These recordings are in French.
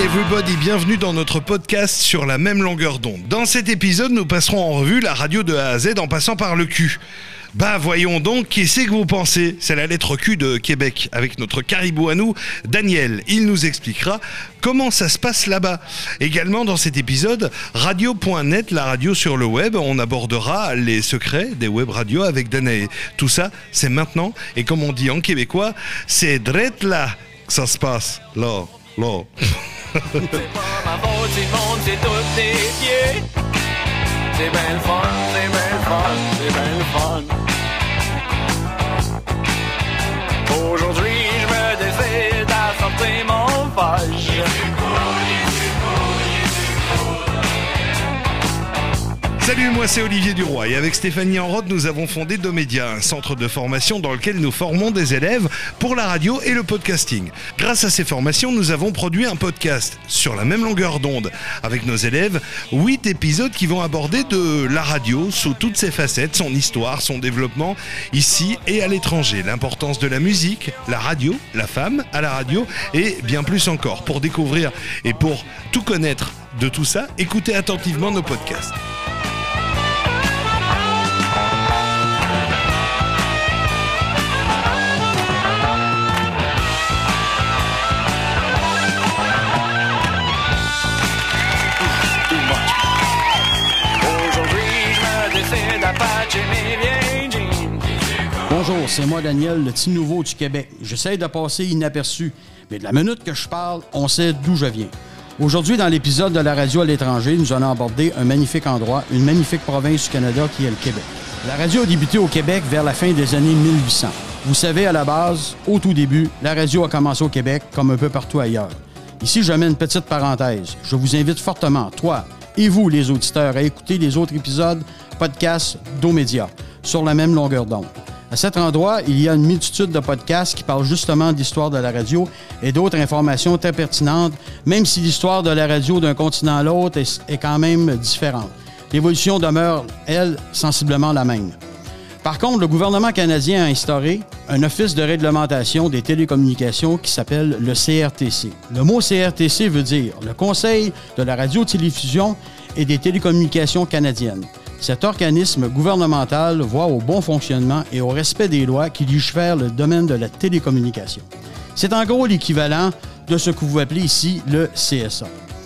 everybody, bienvenue dans notre podcast sur la même longueur d'onde. Dans cet épisode, nous passerons en revue la radio de A à Z en passant par le Q. Bah voyons donc, qui c'est que vous pensez ? C'est la lettre Q de Québec, avec notre caribou à nous, Daniel. Il nous expliquera comment ça se passe là-bas. Également dans cet épisode, radio.net, la radio sur le web, on abordera les secrets des web radios avec Danae. Tout ça, c'est maintenant, et comme on dit en québécois, c'est drette là que ça se passe. Là. C'est pas ma faute si le monde c'est tous tes pieds. C'est ben le fun, c'est ben le fun, c'est ben le fun. Aujourd'hui je me décide à sortir mon fudge. Salut, moi c'est Olivier Duroy et avec Stéphanie Enroth, nous avons fondé Domédia, un centre de formation dans lequel nous formons des élèves pour la radio et le podcasting. Grâce à ces formations, nous avons produit un podcast sur la même longueur d'onde avec nos élèves, 8 épisodes qui vont aborder de la radio sous toutes ses facettes, son histoire, son développement ici et à l'étranger, l'importance de la musique, la radio, la femme à la radio et bien plus encore. Pour découvrir et pour tout connaître de tout ça, écoutez attentivement nos podcasts. Bonjour, c'est moi Daniel, le petit nouveau du Québec. J'essaie de passer inaperçu, mais de la minute que je parle, on sait d'où je viens. Aujourd'hui, dans l'épisode de la radio à l'étranger, nous allons aborder un magnifique endroit, une magnifique province du Canada qui est le Québec. La radio a débuté au Québec vers la fin des années 1800. Vous savez, à la base, au tout début, la radio a commencé au Québec comme un peu partout ailleurs. Ici, je mets une petite parenthèse. Je vous invite fortement, toi et vous, les auditeurs, à écouter les autres épisodes podcasts Domédia sur la même longueur d'onde. À cet endroit, il y a une multitude de podcasts qui parlent justement de l'histoire de la radio et d'autres informations très pertinentes, même si l'histoire de la radio d'un continent à l'autre est quand même différente. L'évolution demeure, elle, sensiblement la même. Par contre, le gouvernement canadien a instauré un office de réglementation des télécommunications qui s'appelle le CRTC. Le mot CRTC veut dire le Conseil de la radio-télévision et des télécommunications canadiennes. Cet organisme gouvernemental voit au bon fonctionnement et au respect des lois qui légifèrent le domaine de la télécommunication. C'est en gros l'équivalent de ce que vous appelez ici le CSA.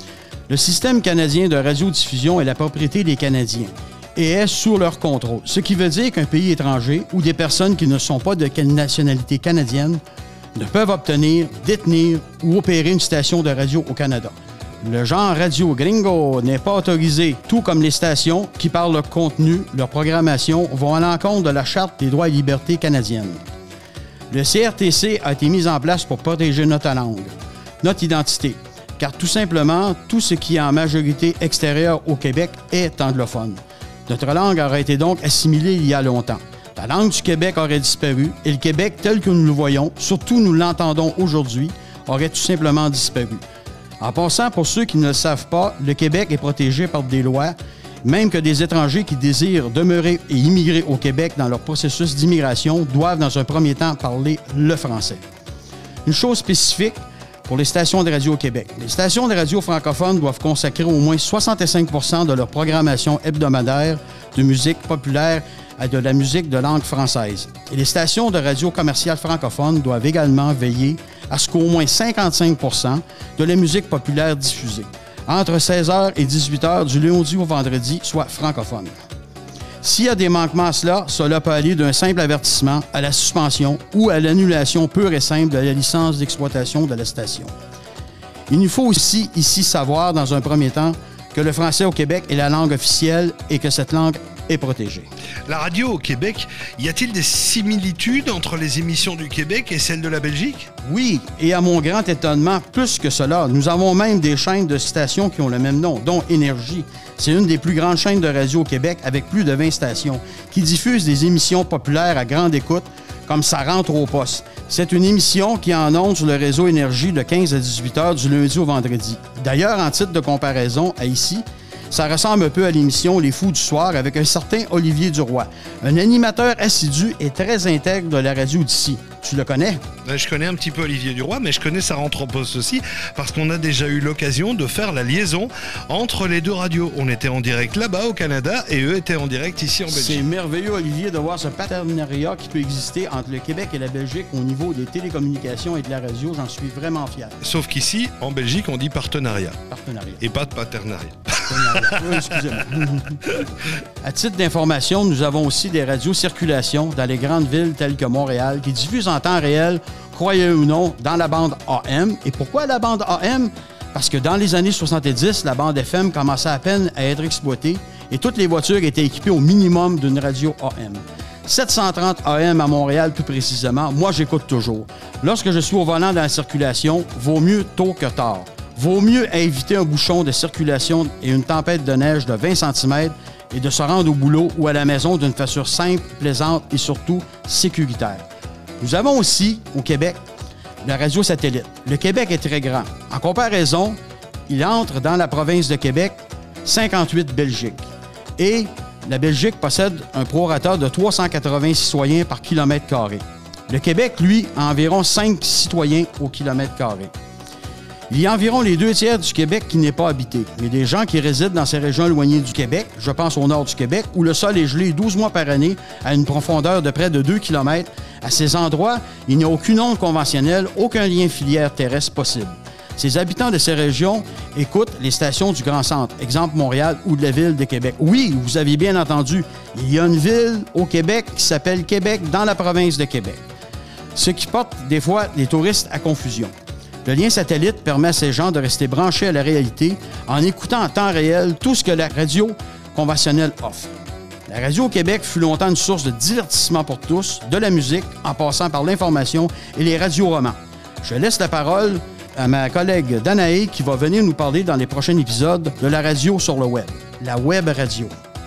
Le système canadien de radiodiffusion est la propriété des Canadiens et est sous leur contrôle, ce qui veut dire qu'un pays étranger ou des personnes qui ne sont pas de nationalité canadienne ne peuvent obtenir, détenir ou opérer une station de radio au Canada. Le genre radio gringo n'est pas autorisé, tout comme les stations qui, par leur contenu, leur programmation, vont à l'encontre de la Charte des droits et libertés canadiennes. Le CRTC a été mis en place pour protéger notre langue, notre identité, car tout simplement, tout ce qui est en majorité extérieur au Québec est anglophone. Notre langue aurait été donc assimilée il y a longtemps. La langue du Québec aurait disparu et le Québec tel que nous le voyons, surtout nous l'entendons aujourd'hui, aurait tout simplement disparu. En passant, pour ceux qui ne le savent pas, le Québec est protégé par des lois, même que des étrangers qui désirent demeurer et immigrer au Québec dans leur processus d'immigration doivent dans un premier temps parler le français. Une chose spécifique pour les stations de radio au Québec. Les stations de radio francophones doivent consacrer au moins 65% de leur programmation hebdomadaire de musique populaire à de la musique de langue française. Et les stations de radio commerciales francophones doivent également veiller à ce qu'au moins 55% de la musique populaire diffusée entre 16h et 18h du lundi au vendredi soit francophone. S'il y a des manquements à cela peut aller d'un simple avertissement à la suspension ou à l'annulation pure et simple de la licence d'exploitation de la station. Il nous faut aussi ici savoir dans un premier temps que le français au Québec est la langue officielle et que cette langue est protégée. La radio au Québec, y a-t-il des similitudes entre les émissions du Québec et celles de la Belgique? Oui, et à mon grand étonnement, plus que cela, nous avons même des chaînes de stations qui ont le même nom, dont Énergie. C'est une des plus grandes chaînes de radio au Québec avec plus de 20 stations qui diffusent des émissions populaires à grande écoute comme Ça rentre au poste. C'est une émission qui est en ondes sur le réseau Énergie de 15 à 18 heures du lundi au vendredi. D'ailleurs, en titre de comparaison à ici, ça ressemble un peu à l'émission Les Fous du soir avec un certain Olivier Duroy, un animateur assidu et très intègre de la radio d'ici. Tu le connais? Je connais un petit peu Olivier Duroy, mais je connais sa rentre en poste aussi, parce qu'on a déjà eu l'occasion de faire la liaison entre les deux radios. On était en direct là-bas au Canada et eux étaient en direct ici en Belgique. C'est merveilleux, Olivier, de voir ce partenariat qui peut exister entre le Québec et la Belgique au niveau des télécommunications et de la radio. J'en suis vraiment fier. Sauf qu'ici, en Belgique, on dit partenariat. Partenariat. Et pas de paternariat. Oui, excusez-moi. À titre d'information, nous avons aussi des radios circulation dans les grandes villes telles que Montréal qui diffusent en temps réel, croyez ou non, dans la bande AM. Et pourquoi la bande AM? Parce que dans les années 70, la bande FM commençait à peine à être exploitée et toutes les voitures étaient équipées au minimum d'une radio AM. 730 AM à Montréal, plus précisément, moi j'écoute toujours. Lorsque je suis au volant dans la circulation, vaut mieux tôt que tard. Vaut mieux éviter un bouchon de circulation et une tempête de neige de 20 cm et de se rendre au boulot ou à la maison d'une façon simple, plaisante et surtout sécuritaire. Nous avons aussi, au Québec, la radio satellite. Le Québec est très grand. En comparaison, il entre dans la province de Québec 58 Belgique. Et la Belgique possède un prorata de 380 citoyens par kilomètre carré. Le Québec, lui, a environ 5 citoyens au kilomètre carré. Il y a environ les 2 tiers du Québec qui n'est pas habité. Mais des gens qui résident dans ces régions éloignées du Québec, je pense au nord du Québec, où le sol est gelé 12 mois par année à une profondeur de près de 2 km, à ces endroits, il n'y a aucune onde conventionnelle, aucun lien filière terrestre possible. Ces habitants de ces régions écoutent les stations du Grand Centre, exemple Montréal ou de la ville de Québec. Oui, vous aviez bien entendu, il y a une ville au Québec qui s'appelle Québec dans la province de Québec. Ce qui porte des fois les touristes à confusion. Le lien satellite permet à ces gens de rester branchés à la réalité en écoutant en temps réel tout ce que la radio conventionnelle offre. La radio au Québec fut longtemps une source de divertissement pour tous, de la musique, en passant par l'information et les radioromans. Je laisse la parole à ma collègue Danae qui va venir nous parler dans les prochains épisodes de la radio sur le web, la web radio.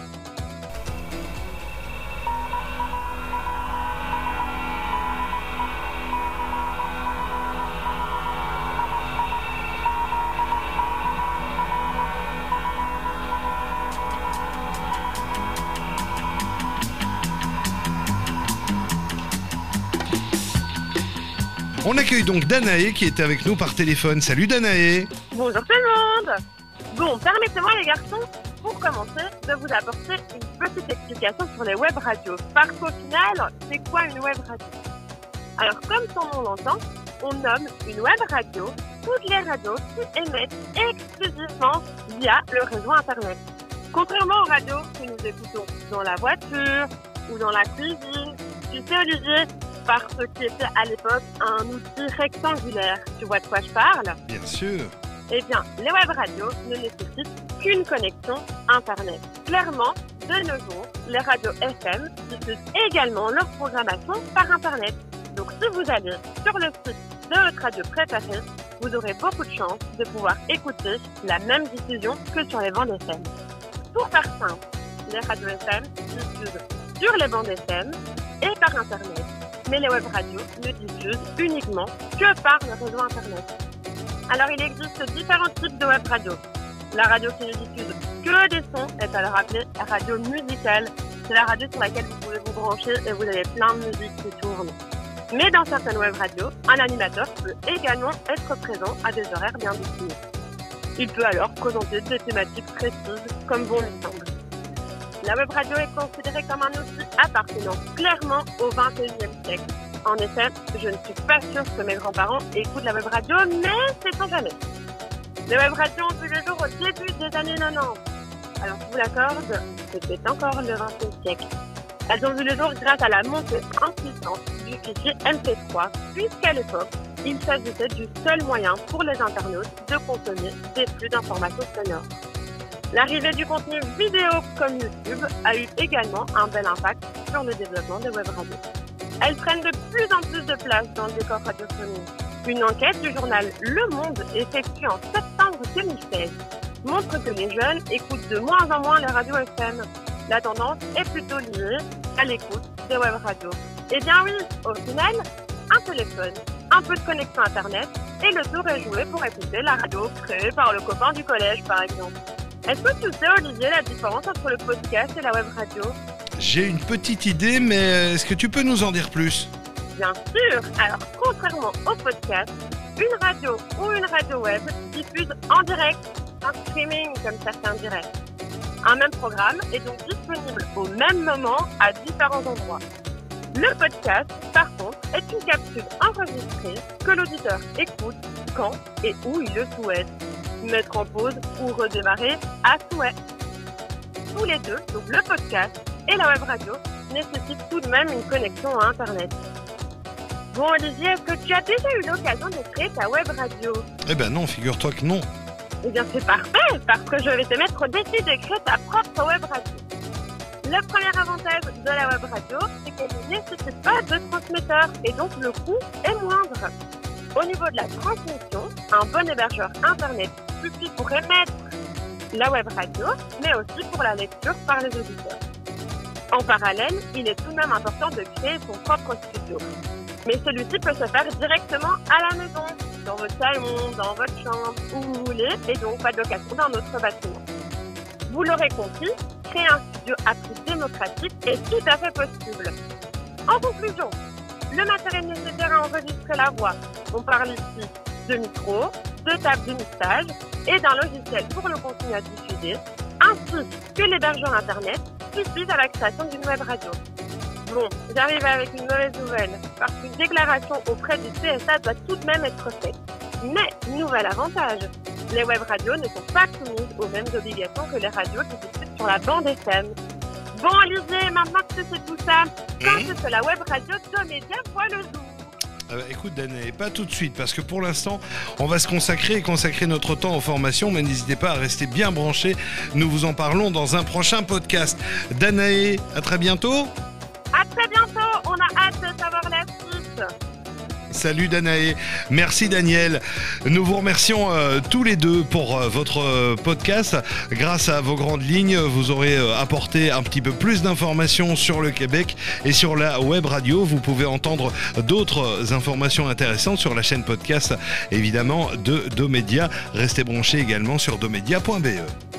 On accueille donc Danae qui était avec nous par téléphone. Salut Danae. Bonjour tout le monde. Bon, permettez-moi les garçons, pour commencer, de vous apporter une petite explication sur les web radios. Parce qu'au final, c'est quoi une web radio? Alors, comme son nom l'entend, on nomme une web radio toutes les radios qui émettent exclusivement via le réseau Internet. Contrairement aux radios que nous écoutons dans la voiture ou dans la cuisine, tu sais Olivier, par ce qui était à l'époque un outil rectangulaire. Tu vois de quoi je parle? Bien sûr. Eh bien, les web radios ne nécessitent qu'une connexion Internet. Clairement, de nos jours, les radios FM diffusent également leur programmation par Internet. Donc, si vous allez sur le site de votre radio préférée, vous aurez beaucoup de chance de pouvoir écouter la même diffusion que sur les bandes FM. Pour faire simple, les radios FM diffusent sur les bandes FM et par Internet. Mais les web radios ne diffusent uniquement que par le réseau Internet. Alors, il existe différents types de web radios. La radio qui ne diffuse que des sons est alors appelée radio musicale. C'est la radio sur laquelle vous pouvez vous brancher et vous avez plein de musique qui tourne. Mais dans certaines web radios, un animateur peut également être présent à des horaires bien définis. Il peut alors présenter des thématiques précises comme bon lui semble. La web radio est considérée comme un outil appartenant clairement au XXIe siècle. En effet, je ne suis pas sûre que mes grands-parents écoutent la web radio, mais sait-on jamais. Les web radios ont vu le jour au début des années 90. Alors, je vous l'accorde, c'était encore le XXe siècle. Elles ont vu le jour grâce à la montée en puissance du fichier MP3, puisqu'à l'époque, il s'agissait du seul moyen pour les internautes de consommer des flux d'informations sonores. L'arrivée du contenu vidéo comme YouTube a eu également un bel impact sur le développement des web radios. Elles prennent de plus en plus de place dans le décor radiophonique. Une enquête du journal Le Monde effectuée en septembre 2016 montre que les jeunes écoutent de moins en moins les radios FM. La tendance est plutôt liée à l'écoute des web radios. Eh bien oui, au final, un téléphone, un peu de connexion Internet et le tour est joué pour écouter la radio créée par le copain du collège par exemple. Est-ce que tu sais, Olivier, la différence entre le podcast et la web radio? J'ai une petite idée, mais est-ce que tu peux nous en dire plus? Bien sûr. Alors, contrairement au podcast, une radio ou une radio web diffuse en direct, en streaming comme certains diraient. Un même programme est donc disponible au même moment à différents endroits. Le podcast, par contre, est une capsule enregistrée que l'auditeur écoute quand et où il le souhaite. Mettre en pause ou redémarrer à souhait. Tous les deux, donc le podcast et la web radio, nécessitent tout de même une connexion à Internet. Bon, Olivier, est-ce que tu as déjà eu l'occasion de créer ta web radio? Eh ben non, figure-toi que non. Eh bien, c'est parfait, parce que je vais te mettre au défi de créer ta propre web radio. Le premier avantage de la web radio, c'est qu'elle ne nécessite pas de transmetteur et donc le coût est moindre. Au niveau de la transmission, un bon hébergeur Internet suffit pour émettre la web radio, mais aussi pour la lecture par les auditeurs. En parallèle, il est tout de même important de créer son propre studio. Mais celui-ci peut se faire directement à la maison, dans votre salon, dans votre chambre, où vous voulez, et donc pas de location d'un autre bâtiment. Vous l'aurez compris, créer un studio à prix démocratique est tout à fait possible. En conclusion, le matériel nécessaire à enregistrer la voix, on parle ici de micro, de table de mixage et d'un logiciel pour le contenu à diffuser, ainsi que l'hébergeur Internet suffisent à la création d'une web radio. Bon, j'arrive avec une mauvaise nouvelle, parce qu'une déclaration auprès du CSA doit tout de même être faite. Mais, nouvel avantage, les web radios ne sont pas soumises aux mêmes obligations que les radios qui diffusent sur la bande FM. Bon, Olivier, maintenant que tu sais tout ça, quand est-ce que la web radio Domédia voit le jour? Écoute Danae, pas tout de suite, parce que pour l'instant, on va se consacrer notre temps aux formations, mais n'hésitez pas à rester bien branchés. Nous vous en parlons dans un prochain podcast. Danae, à très bientôt. À très bientôt, on a hâte de savoir la suite. Salut Danae, merci Daniel. Nous vous remercions tous les deux pour votre podcast. Grâce à vos grandes lignes, vous aurez apporté un petit peu plus d'informations sur le Québec et sur la web radio. Vous pouvez entendre d'autres informations intéressantes sur la chaîne podcast, évidemment, de Domédia. Restez branchés également sur domedia.be.